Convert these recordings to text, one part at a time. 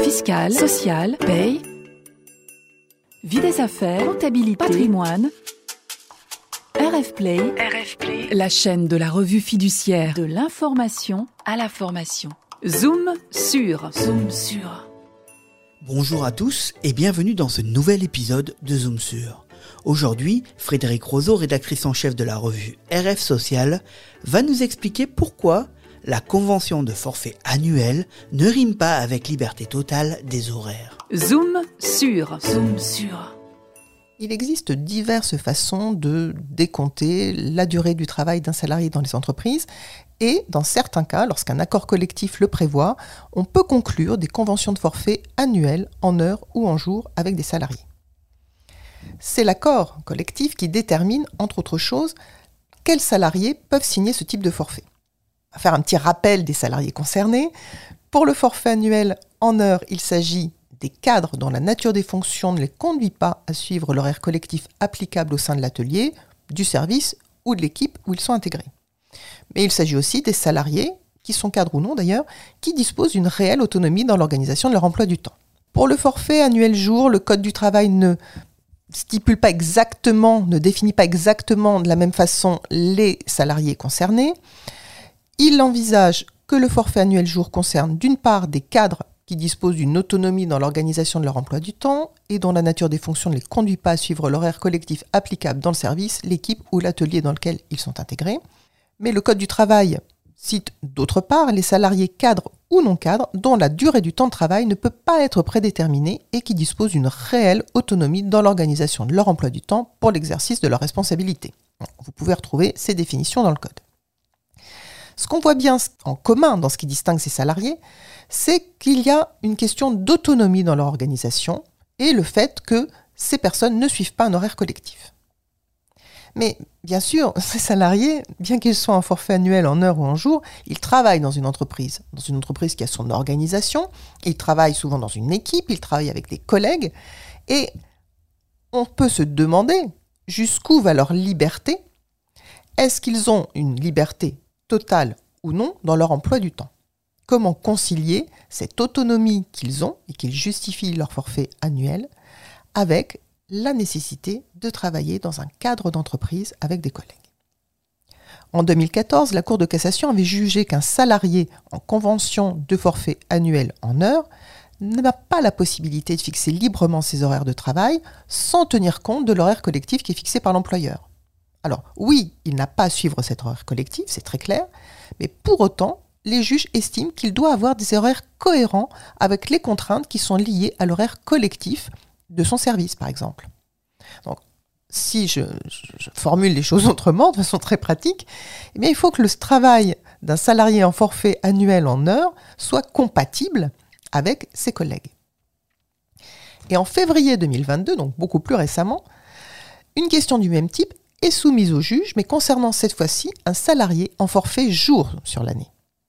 fiscale, sociale, paye, vie des affaires, comptabilité, patrimoine. RF Play, la chaîne de la revue fiduciaire de l'information à la formation. Zoom sur. Bonjour à tous et bienvenue dans ce nouvel épisode de Zoom sur. Aujourd'hui, Frédéric Roseau, rédactrice en chef de la revue RF Social, va nous expliquer pourquoi la convention de forfait annuel ne rime pas avec liberté totale des horaires. Zoom sur. Il existe diverses façons de décompter la durée du travail d'un salarié dans les entreprises et, dans certains cas, lorsqu'un accord collectif le prévoit, on peut conclure des conventions de forfait annuelles en heures ou en jours avec des salariés. C'est l'accord collectif qui détermine, entre autres choses, quels salariés peuvent signer ce type de forfait. On va faire un petit rappel des salariés concernés. Pour le forfait annuel en heures, il s'agit des cadres dont la nature des fonctions ne les conduit pas à suivre l'horaire collectif applicable au sein de l'atelier, du service ou de l'équipe où ils sont intégrés. Mais il s'agit aussi des salariés, qui sont cadres ou non d'ailleurs, qui disposent d'une réelle autonomie dans l'organisation de leur emploi du temps. Pour le forfait annuel jour, le Code du travail ne définit pas exactement de la même façon les salariés concernés. Il envisage que le forfait annuel jour concerne d'une part des cadres qui disposent d'une autonomie dans l'organisation de leur emploi du temps et dont la nature des fonctions ne les conduit pas à suivre l'horaire collectif applicable dans le service, l'équipe ou l'atelier dans lequel ils sont intégrés. Mais le Code du travail cite d'autre part les salariés cadres ou non cadres dont la durée du temps de travail ne peut pas être prédéterminée et qui disposent d'une réelle autonomie dans l'organisation de leur emploi du temps pour l'exercice de leurs responsabilités. Vous pouvez retrouver ces définitions dans le Code. Ce qu'on voit bien en commun dans ce qui distingue ces salariés, c'est qu'il y a une question d'autonomie dans leur organisation et le fait que ces personnes ne suivent pas un horaire collectif. Mais bien sûr, ces salariés, bien qu'ils soient en forfait annuel en heures ou en jours, ils travaillent dans une entreprise qui a son organisation, ils travaillent souvent dans une équipe, ils travaillent avec des collègues, et on peut se demander jusqu'où va leur liberté. Est-ce qu'ils ont une liberté totale ou non dans leur emploi du temps? Comment concilier cette autonomie qu'ils ont et qu'ils justifient leur forfait annuel avec la nécessité de travailler dans un cadre d'entreprise avec des collègues. En 2014, la Cour de cassation avait jugé qu'un salarié en convention de forfait annuel en heures n'a pas la possibilité de fixer librement ses horaires de travail sans tenir compte de l'horaire collectif qui est fixé par l'employeur. Alors oui, il n'a pas à suivre cet horaire collectif, c'est très clair, mais pour autant, les juges estiment qu'il doit avoir des horaires cohérents avec les contraintes qui sont liées à l'horaire collectif de son service, par exemple. Donc, si je formule les choses autrement, de façon très pratique, eh bien, il faut que le travail d'un salarié en forfait annuel en heures soit compatible avec ses collègues. Et en février 2022, donc beaucoup plus récemment, une question du même type est soumise au juge, mais concernant cette fois-ci un salarié en forfait jour sur l'année.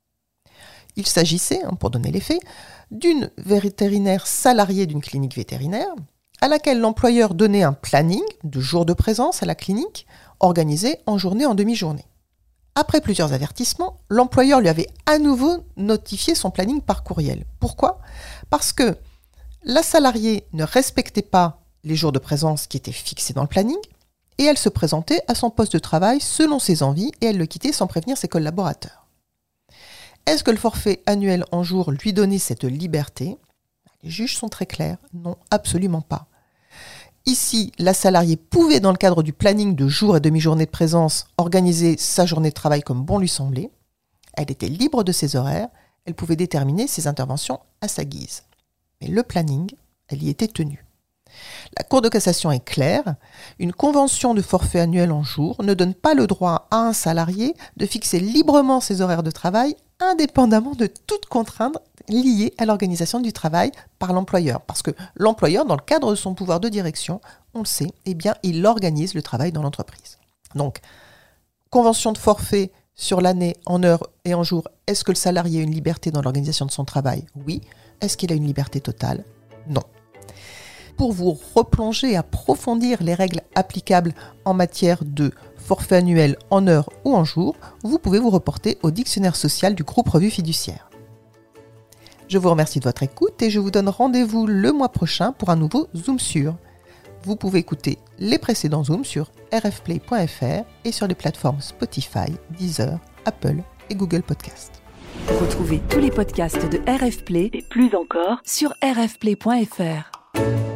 Il s'agissait, pour donner les faits, d'une vétérinaire salariée d'une clinique vétérinaire à laquelle l'employeur donnait un planning de jours de présence à la clinique organisé en journée en demi-journée. Après plusieurs avertissements, l'employeur lui avait à nouveau notifié son planning par courriel. Pourquoi ? Parce que la salariée ne respectait pas les jours de présence qui étaient fixés dans le planning et elle se présentait à son poste de travail selon ses envies et elle le quittait sans prévenir ses collaborateurs. Est-ce que le forfait annuel en jour lui donnait cette liberté ? Les juges sont très clairs, non, absolument pas. Ici, la salariée pouvait, dans le cadre du planning de jour et demi-journée de présence, organiser sa journée de travail comme bon lui semblait. Elle était libre de ses horaires, elle pouvait déterminer ses interventions à sa guise. Mais le planning, elle y était tenue. La Cour de cassation est claire, une convention de forfait annuel en jour ne donne pas le droit à un salarié de fixer librement ses horaires de travail indépendamment de toute contrainte liée à l'organisation du travail par l'employeur. Parce que l'employeur, dans le cadre de son pouvoir de direction, on le sait, eh bien, il organise le travail dans l'entreprise. Donc, convention de forfait sur l'année, en heures et en jours, est-ce que le salarié a une liberté dans l'organisation de son travail ? Oui. Est-ce qu'il a une liberté totale ? Non. Pour vous replonger et approfondir les règles applicables en matière de forfait annuel en heures ou en jours, vous pouvez vous reporter au dictionnaire social du groupe Revue Fiduciaire. Je vous remercie de votre écoute et je vous donne rendez-vous le mois prochain pour un nouveau Zoom sur. Vous pouvez écouter les précédents Zooms sur rfplay.fr et sur les plateformes Spotify, Deezer, Apple et Google Podcast. Retrouvez tous les podcasts de RF Play et plus encore sur rfplay.fr.